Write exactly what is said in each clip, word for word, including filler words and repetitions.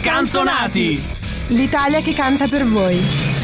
Scanzonati! L'Italia che canta per voi.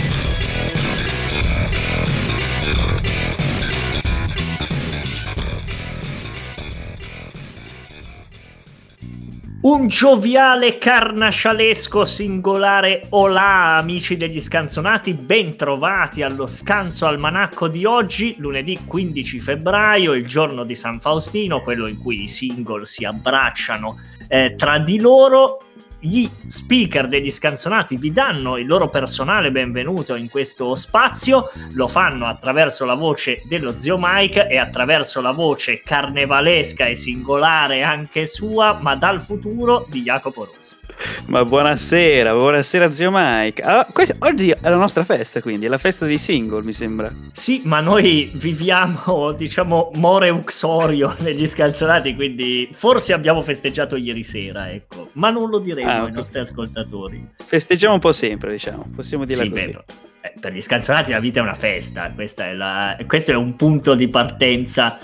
Un gioviale carnascialesco singolare olà, amici degli Scanzonati, ben trovati allo Scanzo Almanacco di oggi, lunedì quindici febbraio, il giorno di San Faustino, quello in cui i single si abbracciano eh, tra di loro. Gli speaker degli Scanzonati vi danno il loro personale benvenuto in questo spazio, lo fanno attraverso la voce dello zio Mike e attraverso la voce carnevalesca e singolare anche sua, ma dal futuro, di Jacopo Rosso. Ma buonasera, buonasera zio Mike. Allora, questa, oggi è la nostra festa, quindi è la festa dei single, mi sembra. Sì, ma noi viviamo, diciamo, more uxorio negli Scanzonati, quindi forse abbiamo festeggiato ieri sera, ecco, ma non lo diremo Ah, ai ok. nostri ascoltatori. Festeggiamo un po' sempre, diciamo, possiamo dirla Sì, così. beh, eh, per gli Scanzonati la vita è una festa, questa è la, questo è un punto di partenza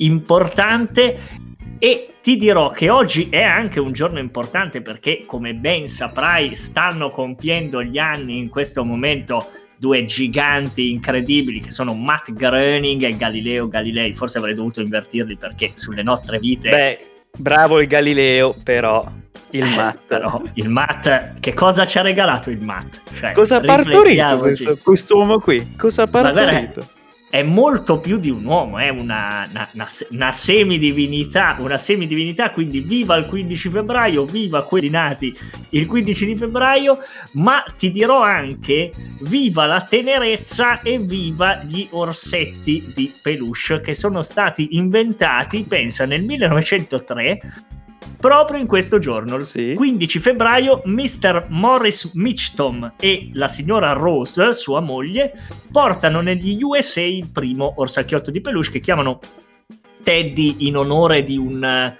importante. E ti dirò che oggi è anche un giorno importante perché, come ben saprai, stanno compiendo gli anni in questo momento due giganti incredibili che sono Matt Groening e Galileo Galilei. Forse avrei dovuto invertirli perché sulle nostre vite... Beh, bravo il Galileo, però il Eh, Matt. però il Matt, che cosa ci ha regalato il Matt? Cioè, Cosa ha partorito riflettiamoci. questo, quest'uomo qui? Cosa ha Ma guarda, partorito? è molto più di un uomo, è una, una, una, una semidivinità, una semidivinità, quindi viva il quindici febbraio, viva quelli nati il quindici di febbraio, ma ti dirò anche viva la tenerezza e viva gli orsetti di peluche che sono stati inventati, pensa, nel millenovecentotre, proprio in questo giorno, il Sì. quindici febbraio. mister Morris Mitchum e la signora Rose, sua moglie, portano negli U S A il primo orsacchiotto di peluche che chiamano Teddy in onore di un,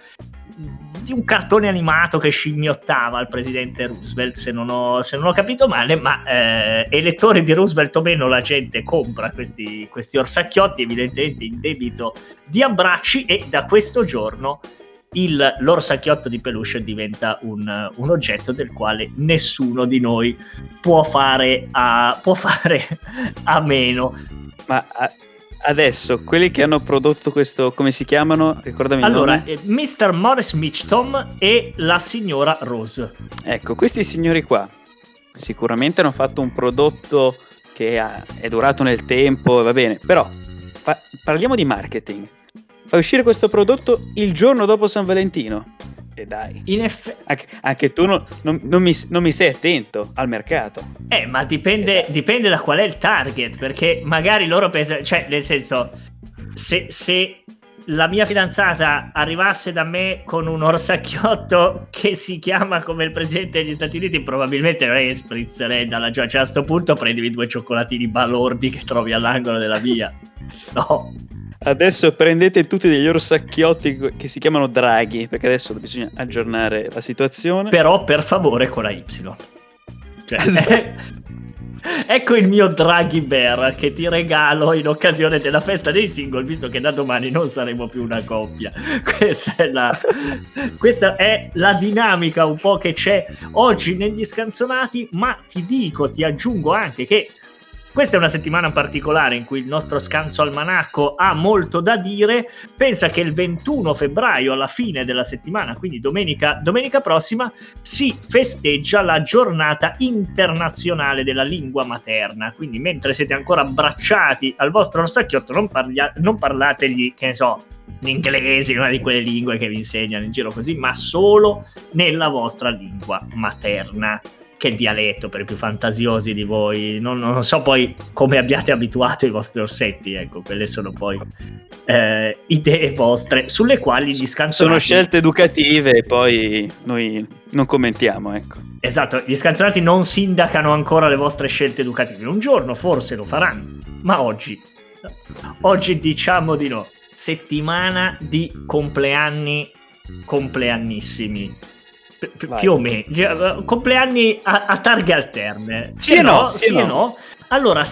di un cartone animato che scimmiottava il presidente Roosevelt, se non ho, se non ho capito male, ma eh, elettori di Roosevelt o meno, la gente compra questi, questi orsacchiotti evidentemente in debito di abbracci, e da questo giorno il l'orsacchiotto di peluche diventa un, un oggetto del quale nessuno di noi può fare a, può fare a meno. Ma a- adesso, quelli che hanno prodotto questo, come si chiamano? Ricordami il Allora, nome. eh, mister Morris Mitchum e la signora Rose. Ecco, questi signori qua sicuramente hanno fatto un prodotto che ha- è durato nel tempo, va bene, però pa- parliamo di marketing. Fai uscire questo prodotto il giorno dopo San Valentino. E dai, In eff- anche, anche tu non, non- non mi, non mi sei attento al mercato. eh, ma dipende, dipende da qual è il target, perché magari loro pensano, cioè, nel senso, se, se la mia fidanzata arrivasse da me con un orsacchiotto che si chiama come il presidente degli Stati Uniti, probabilmente non è che sprizzerei dalla gioia. Cioè, a sto punto prendevi due cioccolatini balordi che trovi all'angolo della via. No. Adesso prendete tutti degli orsacchiotti che si chiamano draghi, perché adesso bisogna aggiornare la situazione. Però per favore con la Y. Cioè, Esatto. ecco il mio Draghi Bear che ti regalo in occasione della festa dei single, visto che da domani non saremo più una coppia. Questa è la, questa è la dinamica un po' che c'è oggi negli Scanzonati, ma ti dico, ti aggiungo anche che questa è una settimana particolare in cui il nostro Scanzo Almanacco ha molto da dire. Pensa che il ventuno febbraio, alla fine della settimana, quindi domenica, domenica prossima, si festeggia la giornata internazionale della lingua materna. Quindi mentre siete ancora abbracciati al vostro orsacchiotto, non, parlia- non parlategli, che ne so, l'inglese, una di quelle lingue che vi insegnano in giro così, ma solo nella vostra lingua materna, che è il dialetto per i più fantasiosi di voi. Non, non so poi come abbiate abituato i vostri orsetti, ecco, quelle sono poi eh, idee vostre sulle quali gli Scanzonati... Sono scelte educative e poi noi non commentiamo, ecco. Esatto, gli Scanzonati non sindacano ancora le vostre scelte educative. Un giorno forse lo faranno, ma oggi, oggi diciamo di no. Settimana di compleanni compleannissimi. P- più o meno, compleanni a, a targhe alterne. Sì e no, sì e no. Allora,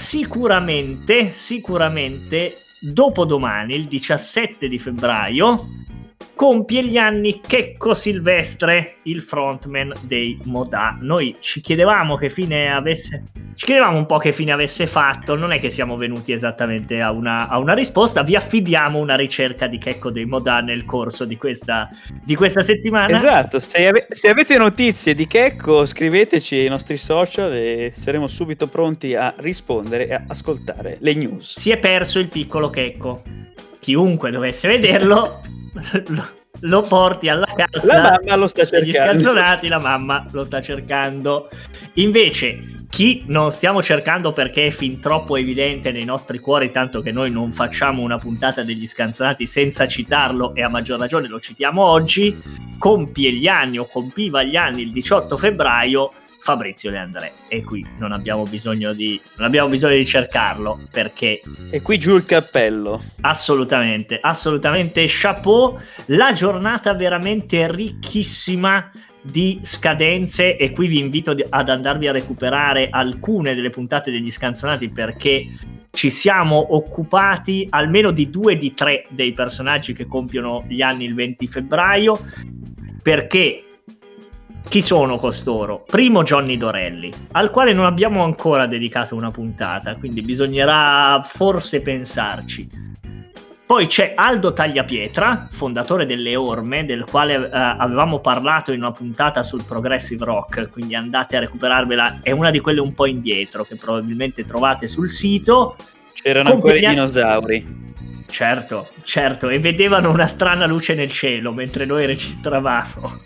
sicuramente, sicuramente dopodomani, il diciassette di febbraio, compie gli anni Checco Silvestre, il frontman dei Modà. Noi ci chiedevamo che fine avesse ci chiedevamo un po' che fine avesse fatto, non è che siamo venuti esattamente a una, a una risposta, vi affidiamo una ricerca di Checco dei Modà nel corso di questa, di questa settimana. Esatto, se, ave- se avete notizie di Checco scriveteci ai nostri social e saremo subito pronti a rispondere e a ascoltare le news. Si è perso il piccolo Checco, chiunque dovesse vederlo lo, lo porti alla casa, la mamma lo sta cercando, gli scanzonati, la mamma lo sta cercando. Invece chi non stiamo cercando perché è fin troppo evidente nei nostri cuori, tanto che noi non facciamo una puntata degli scanzonati senza citarlo, e a maggior ragione lo citiamo oggi, compie gli anni o compiva gli anni il diciotto febbraio Fabrizio De André, e qui non abbiamo bisogno di non abbiamo bisogno di cercarlo, perché e qui giù il cappello, assolutamente assolutamente chapeau. La giornata veramente ricchissima di scadenze, e qui vi invito ad andarvi a recuperare alcune delle puntate degli scanzonati, perché ci siamo occupati almeno di due di tre dei personaggi che compiono gli anni il venti febbraio. Perché chi sono costoro? Primo, Johnny Dorelli, al quale non abbiamo ancora dedicato una puntata, quindi bisognerà forse pensarci. Poi c'è Aldo Tagliapietra, fondatore delle Orme, del quale eh, avevamo parlato in una puntata sul progressive rock, quindi andate a recuperarvela, è una di quelle un po' indietro che probabilmente trovate sul sito. C'erano ancora i dinosauri. Certo, certo, e vedevano una strana luce nel cielo mentre noi registravamo.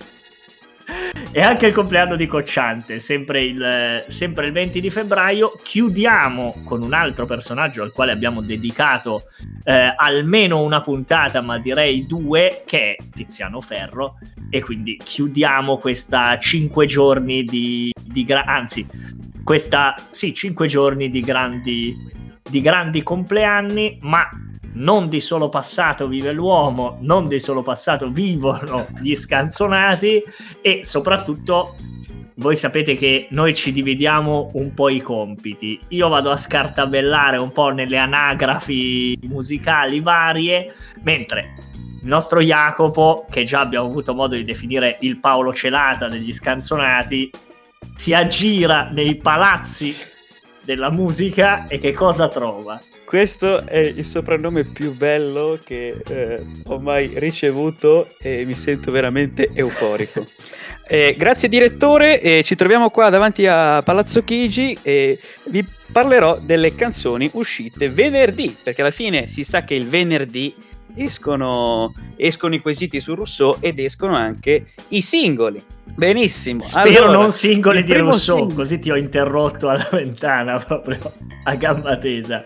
E anche il compleanno di Cocciante, sempre il, sempre il venti di febbraio. Chiudiamo con un altro personaggio al quale abbiamo dedicato eh, almeno una puntata, ma direi due, che è Tiziano Ferro, e quindi chiudiamo questa cinque giorni di, di gra- anzi questa sì cinque giorni di grandi di grandi compleanni, ma non di solo passato vive l'uomo, non di solo passato vivono gli scanzonati, e soprattutto voi sapete che noi ci dividiamo un po' i compiti. Io vado a scartabellare un po' nelle anagrafi musicali varie, mentre il nostro Jacopo, che già abbiamo avuto modo di definire il Paolo Celata degli scanzonati, si aggira nei palazzi della musica e che cosa trova? Questo è il soprannome più bello che eh, ho mai ricevuto e mi sento veramente euforico. Eh, grazie direttore, eh, ci troviamo qua davanti a Palazzo Chigi e vi parlerò delle canzoni uscite venerdì, perché alla fine si sa che il venerdì escono, escono i quesiti su Rousseau ed escono anche i singoli. Benissimo. Spero allora, non singoli di Rousseau, singolo. Così ti ho interrotto alla ventana proprio a gamba tesa.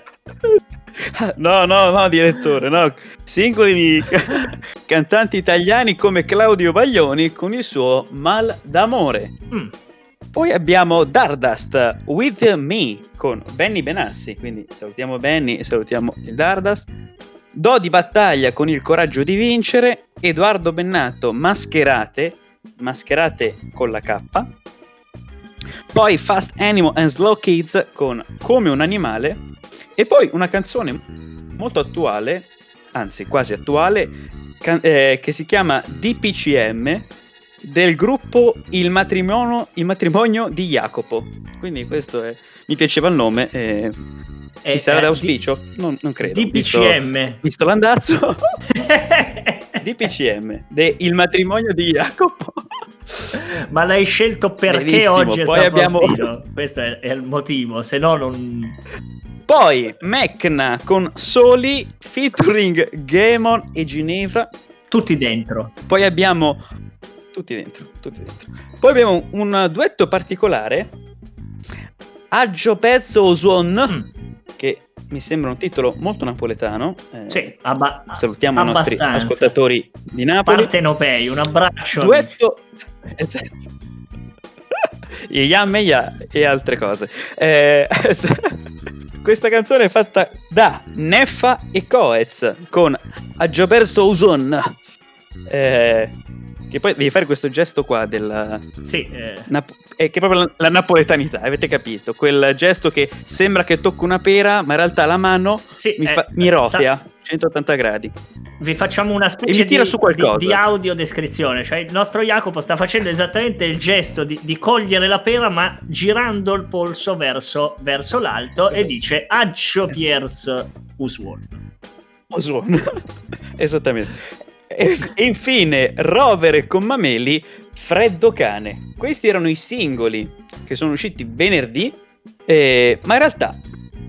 No, no, no, direttore, no. Singoli di cantanti italiani come Claudio Baglioni con il suo Mal d'amore. Mm. Poi abbiamo Dardust With Me con Benny Benassi, quindi salutiamo Benny e salutiamo il Dardust. Do di battaglia con Il coraggio di vincere, Edoardo Bennato Mascherate, Mascherate con la K. Poi Fast Animal and Slow Kids con Come un animale, e poi una canzone molto attuale, anzi quasi attuale, can- eh, che si chiama D P C M, del gruppo Il matrimonio, il matrimonio di Jacopo. Quindi questo è, mi piaceva il nome, eh, eh, mi sarà eh, d'auspicio? Non, non credo. D P C M, visto, visto l'andazzo. D P C M, de Il matrimonio di Jacopo. Ma l'hai scelto perché benissimo. Oggi è poi abbiamo... questo è, è il motivo, se no non... Poi Mecna con Soli featuring Gamon e Ginevra, tutti dentro. Poi abbiamo tutti dentro, tutti dentro. Poi abbiamo un duetto particolare, Aggio Pezzo o Suon, mm. che mi sembra un titolo molto napoletano. Eh, sì, abba- salutiamo abbastanza. I nostri ascoltatori di Napoli. Partenopei, un abbraccio. Duetto Yam e Ya e altre cose. Eh, questa canzone è fatta da Neffa e Coez con Aggio Perso Uson, eh, che che poi devi fare questo gesto qua del sì, eh. Nap- è che è proprio la, la napoletanità, avete capito? Quel gesto che sembra che tocca una pera, ma in realtà la mano sì, mi, eh, fa- mi rottia sta... centottanta gradi. Vi facciamo una E specie mi tira di, su qualcosa. di, di audiodescrizione, cioè il nostro Jacopo sta facendo esattamente il gesto di, di cogliere la pera, ma girando il polso verso, verso l'alto, e dice Accio Piers Uswon. Oswon. Esattamente. E, e infine Rovere con Mameli, Freddo Cane. Questi erano i singoli che sono usciti venerdì, eh, ma in realtà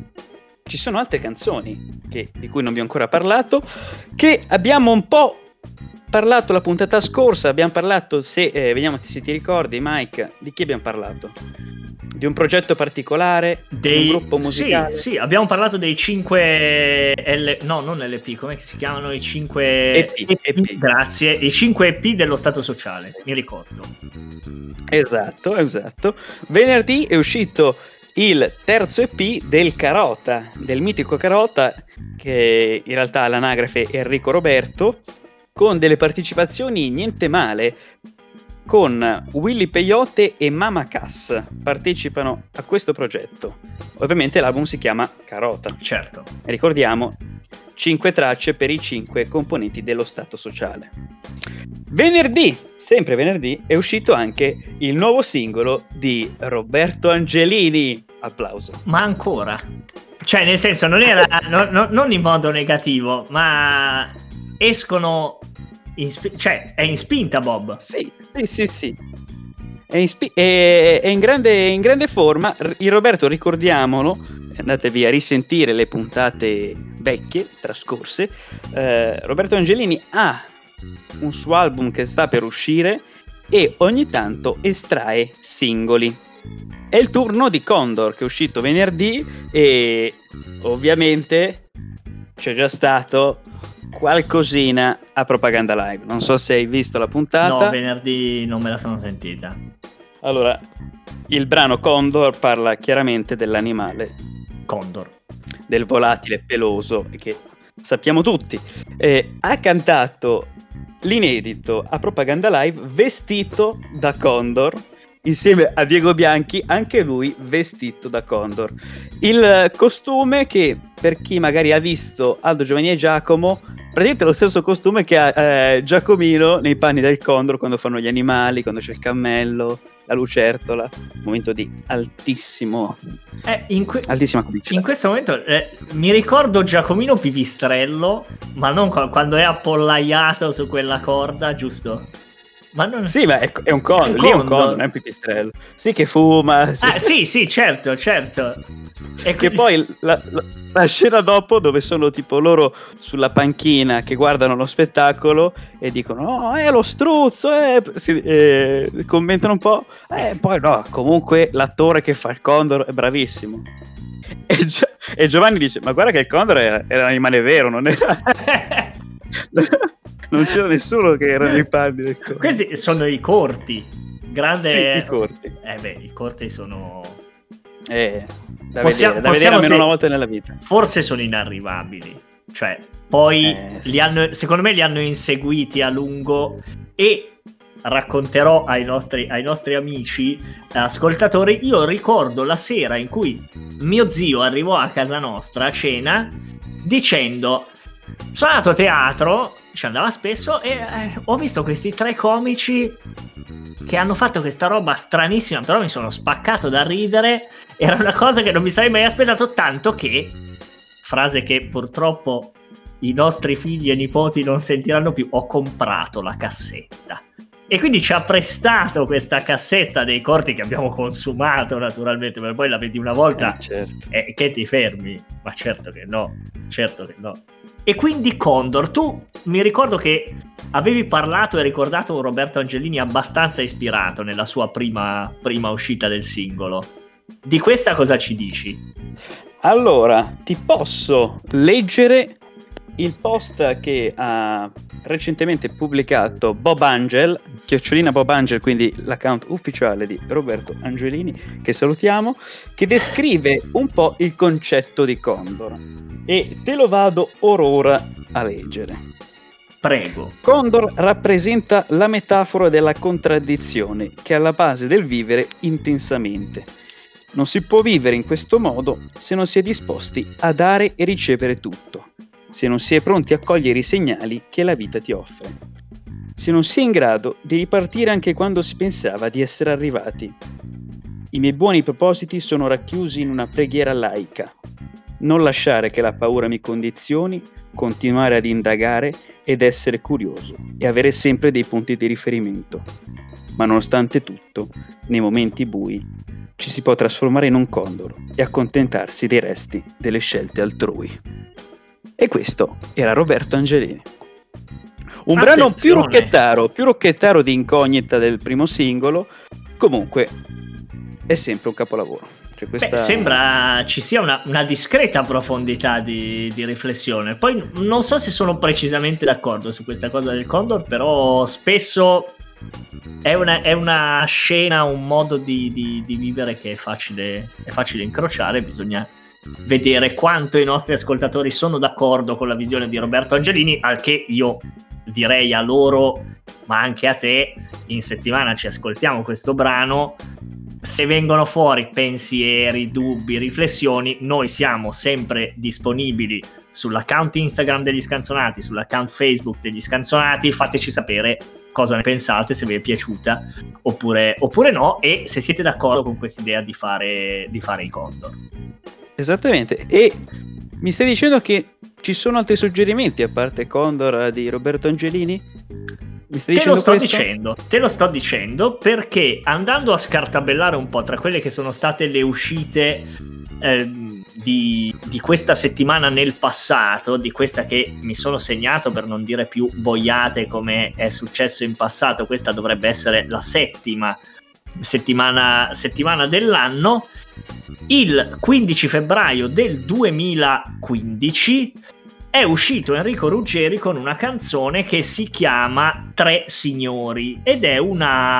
ci sono altre canzoni che, di cui non vi ho ancora parlato, che abbiamo un po' parlato la puntata scorsa. Abbiamo parlato, se eh, vediamo se ti ricordi, Mike, di chi abbiamo parlato? Di un progetto particolare, dei... di un gruppo musicale? Sì, sì, abbiamo parlato dei cinque L... no, non L P, come si chiamano i cinque E P, E P. Grazie, i cinque E P dello Stato Sociale, mi ricordo. Esatto, esatto. Venerdì è uscito il terzo E P del Carota, del mitico Carota, che in realtà all'anagrafe è Enrico Roberto, con delle partecipazioni niente male, con Willy Peyote e Mama Cass partecipano a questo progetto. Ovviamente l'album si chiama Carota. Certo. E ricordiamo, cinque tracce per i cinque componenti dello Stato Sociale. Venerdì, sempre venerdì, è uscito anche il nuovo singolo di Roberto Angelini. Applauso. Ma ancora? Cioè, nel senso, non era no, no, non in modo negativo, ma escono in sp- cioè è in spinta Bob. Sì, sì, sì, sì. È in, spi- è, è in, grande, in grande forma. Il Roberto, ricordiamolo, andatevi a risentire le puntate vecchie, trascorse. eh, Roberto Angelini ha un suo album che sta per uscire e ogni tanto estrae singoli. È il turno di Condor, che è uscito venerdì, e ovviamente c'è già stato qualcosina a Propaganda Live. Non so se hai visto la puntata. No, venerdì non me la sono sentita. Allora, il brano Condor parla chiaramente dell'animale Condor, del volatile peloso, che sappiamo tutti. Eh, ha cantato l'inedito a Propaganda Live vestito da Condor, insieme a Diego Bianchi, anche lui vestito da Condor. Il costume che, per chi magari ha visto Aldo, Giovanni e Giacomo, praticamente è lo stesso costume che ha eh, Giacomino nei panni del Condor quando fanno gli animali, quando c'è il cammello, la lucertola. Momento di altissimo eh, in que- altissima comicità. In questo momento eh, mi ricordo Giacomino Pipistrello, ma non qu- quando è appollaiato su quella corda, giusto? Ma non... Sì, ma è, è un condor, è un lì è un condor. condor, non è un pipistrello. Sì, che fuma. Sì. Ah, sì, sì, certo, certo. E Che quindi... poi la, la, la scena dopo, dove sono tipo loro sulla panchina che guardano lo spettacolo e dicono oh, è lo struzzo, eh, si, eh, commentano un po', eh, poi no, comunque l'attore che fa il condor è bravissimo. E, Gio- e Giovanni dice, ma guarda che il condor era, era un animale vero, non era... non c'era nessuno che era nei panni del condor. Questi sono i corti. Grande... Sì, i corti. Eh beh, i corti sono... Eh, da Possiamo- vedere, da vedere almeno possiamo una spe- volta nella vita. Forse sono inarrivabili. Cioè, poi Eh, sì. li hanno, secondo me li hanno inseguiti a lungo, e racconterò ai nostri, ai nostri amici ascoltatori, io ricordo la sera in cui mio zio arrivò a casa nostra a cena dicendo sono andato a teatro, ci andava spesso, e eh, ho visto questi tre comici che hanno fatto questa roba stranissima, però mi sono spaccato da ridere, era una cosa che non mi sarei mai aspettato, tanto che, frase che purtroppo i nostri figli e nipoti non sentiranno più, ho comprato la cassetta. E quindi ci ha prestato questa cassetta dei corti che abbiamo consumato naturalmente, perché poi la vedi una volta Eh, certo. e che ti fermi, ma certo che no, certo che no. E quindi Condor, tu mi ricordo che avevi parlato e ricordato un Roberto Angelini abbastanza ispirato nella sua prima, prima uscita del singolo. Di questa cosa ci dici? Allora, ti posso leggere il post che ha recentemente pubblicato Bob Angel, chiocciolina Bob Angel, quindi l'account ufficiale di Roberto Angelini, che salutiamo, che descrive un po' il concetto di Condor, e te lo vado or ora a leggere. Prego. Condor rappresenta la metafora della contraddizione che è alla base del vivere intensamente. Non si può vivere in questo modo se non si è disposti a dare e ricevere tutto, se non si è pronti a cogliere i segnali che la vita ti offre, se non si è in grado di ripartire anche quando si pensava di essere arrivati. I miei buoni propositi sono racchiusi in una preghiera laica. Non lasciare che la paura mi condizioni, continuare ad indagare ed essere curioso e avere sempre dei punti di riferimento. Ma nonostante tutto, nei momenti bui, ci si può trasformare in un condor e accontentarsi dei resti delle scelte altrui. E questo era Roberto Angelini. Un Attenzione. brano più rocchettaro, più rocchettaro di Incognita del primo singolo, comunque è sempre un capolavoro. Cioè questa... Beh, sembra ci sia una, una discreta profondità di, di riflessione. Poi non so se sono precisamente d'accordo su questa cosa del Condor, però spesso è una, è una scena, un modo di, di, di vivere che è facile, è facile incrociare. Bisogna vedere quanto i nostri ascoltatori sono d'accordo con la visione di Roberto Angelini, al che io direi a loro, ma anche a te, in settimana ci ascoltiamo questo brano. Se vengono fuori pensieri, dubbi, riflessioni, noi siamo sempre disponibili sull'account Instagram degli Scanzonati, sull'account Facebook degli Scanzonati. Fateci sapere cosa ne pensate, se vi è piaciuta oppure, oppure no, e se siete d'accordo con quest'idea di fare, di fare i Condor. Esattamente. E mi stai dicendo che ci sono altri suggerimenti a parte Condor di Roberto Angelini? Mi stai te dicendo lo sto questo? dicendo, te lo sto dicendo perché andando a scartabellare un po' tra quelle che sono state le uscite eh, di, di questa settimana nel passato, di questa che mi sono segnato per non dire più boiate come è successo in passato, questa dovrebbe essere la settima settimana, settimana dell'anno. Il quindici febbraio del duemilaquindici è uscito Enrico Ruggeri con una canzone che si chiama Tre Signori ed è una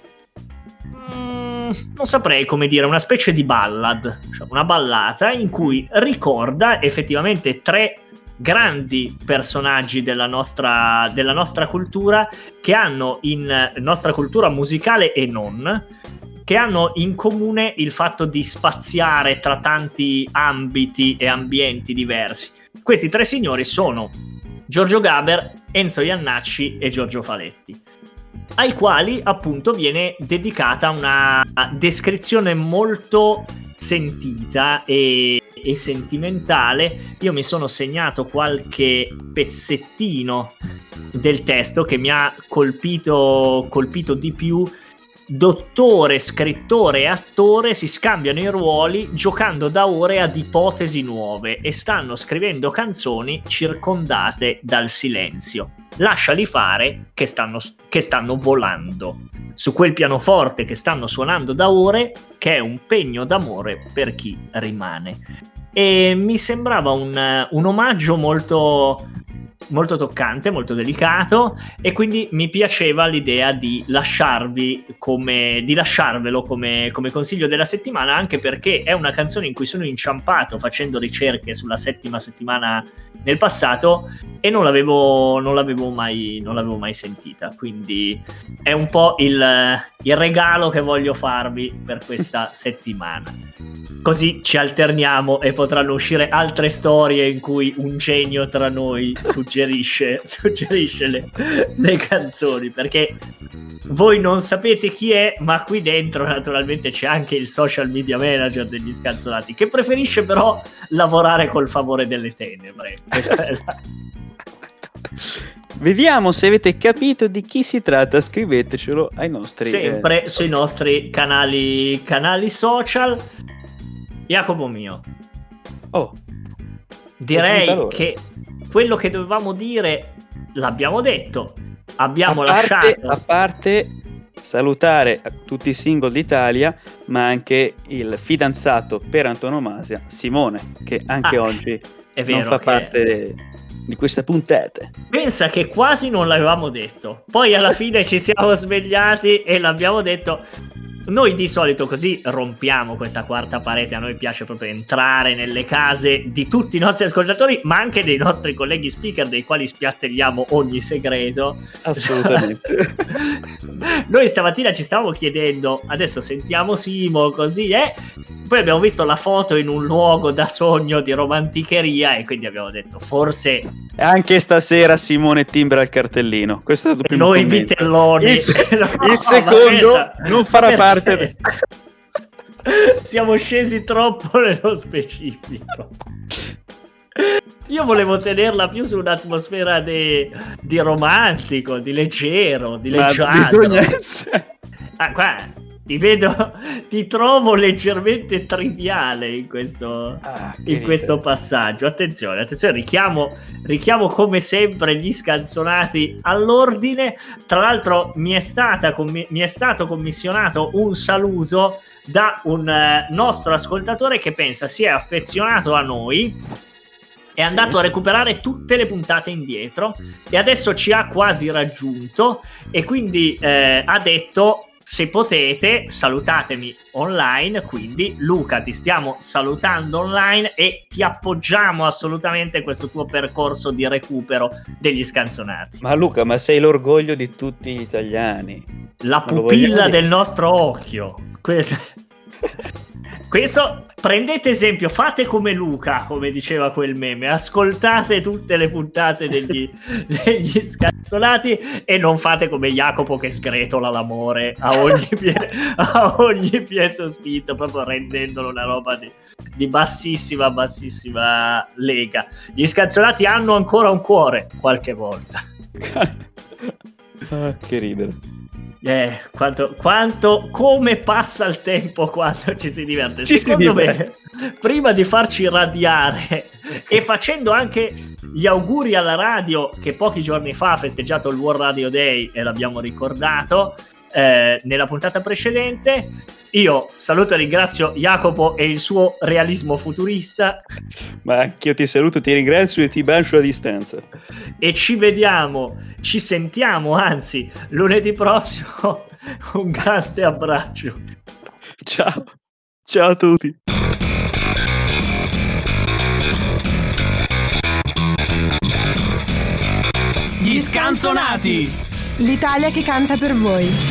mm, non saprei come dire, una specie di ballad, cioè una ballata in cui ricorda effettivamente tre grandi personaggi della nostra, della nostra cultura, che hanno in nostra cultura musicale e non, che hanno in comune il fatto di spaziare tra tanti ambiti e ambienti diversi. Questi tre signori sono Giorgio Gaber, Enzo Iannacci e Giorgio Faletti, ai quali appunto viene dedicata una descrizione molto sentita e, e sentimentale. Io mi sono segnato qualche pezzettino del testo che mi ha colpito, colpito di più. Dottore, scrittore e attore si scambiano i ruoli giocando da ore ad ipotesi nuove e stanno scrivendo canzoni circondate dal silenzio. Lasciali fare che stanno, che stanno volando su quel pianoforte che stanno suonando da ore, che è un pegno d'amore per chi rimane. E mi sembrava un, un omaggio molto... molto toccante, molto delicato, e quindi mi piaceva l'idea di lasciarvi come di lasciarvelo come, come consiglio della settimana, anche perché è una canzone in cui sono inciampato facendo ricerche sulla settima settimana nel passato e non l'avevo, non l'avevo mai non l'avevo mai sentita, quindi è un po' il, il regalo che voglio farvi per questa settimana. Così ci alterniamo e potranno uscire altre storie in cui un genio tra noi suggerisce, suggerisce le, le canzoni, perché voi non sapete chi è, ma qui dentro naturalmente c'è anche il social media manager degli Scanzonati, che preferisce però lavorare col favore delle tenebre. Vediamo se avete capito di chi si tratta, scrivetecelo ai nostri sempre eh, sui nostri canali, canali social. Jacopo mio, oh, direi che quello che dovevamo dire l'abbiamo detto. Abbiamo a parte, lasciato a parte salutare tutti i single d'Italia, ma anche il fidanzato per antonomasia Simone, che anche ah, oggi è vero non fa che... parte di questa puntata. Pensa che quasi non l'avevamo detto, poi alla fine ci siamo svegliati e l'abbiamo detto. Noi di solito così rompiamo questa quarta parete, a noi piace proprio entrare nelle case di tutti i nostri ascoltatori, ma anche dei nostri colleghi speaker, dei quali spiattelliamo ogni segreto. Assolutamente. Noi stamattina ci stavamo chiedendo, adesso sentiamo Simo, così è, poi abbiamo visto la foto in un luogo da sogno di romanticheria e quindi abbiamo detto forse anche stasera Simone timbra il cartellino. Questo è stato il primo noi commento. vitelloni. Il, No, il secondo vabbè, non farà perché? parte de... Siamo scesi troppo nello specifico. Io volevo tenerla più su un'atmosfera di, di romantico, di leggero, di Ma leggiadro. bisogna essere... Ah, qua ti vedo, ti trovo leggermente triviale in questo, ah, in questo passaggio. Attenzione, attenzione, richiamo, richiamo come sempre gli scanzonati all'ordine. Tra l'altro mi è, stata, mi è stato commissionato un saluto da un eh, nostro ascoltatore che pensa si è affezionato a noi, è andato a recuperare tutte le puntate indietro e adesso ci ha quasi raggiunto e quindi eh, ha detto: se potete salutatemi online. Quindi Luca, ti stiamo salutando online e ti appoggiamo assolutamente in questo tuo percorso di recupero degli scanzonati. Ma Luca, ma sei l'orgoglio di tutti gli italiani, la pupilla del nostro occhio. Questo... Questo, prendete esempio, fate come Luca, come diceva quel meme, ascoltate tutte le puntate degli, degli scanzonati e non fate come Jacopo che sgretola l'amore a ogni pie, a ogni pie sospinto, proprio rendendolo una roba di, di bassissima, bassissima lega. Gli scanzonati hanno ancora un cuore, qualche volta. Ah, che ridere. Eh, quanto, quanto, come passa il tempo quando ci si diverte. Ci Secondo si diverte. me, prima di farci radiare e facendo anche gli auguri alla radio che pochi giorni fa ha festeggiato il World Radio Day e l'abbiamo ricordato eh, nella puntata precedente, io saluto e ringrazio Jacopo e il suo realismo futurista. Ma anch'io ti saluto, ti ringrazio e ti bacio a distanza. E ci vediamo, ci sentiamo, anzi, lunedì prossimo. Un grande abbraccio. Ciao. Ciao a tutti. Gli scanzonati! L'Italia che canta per voi.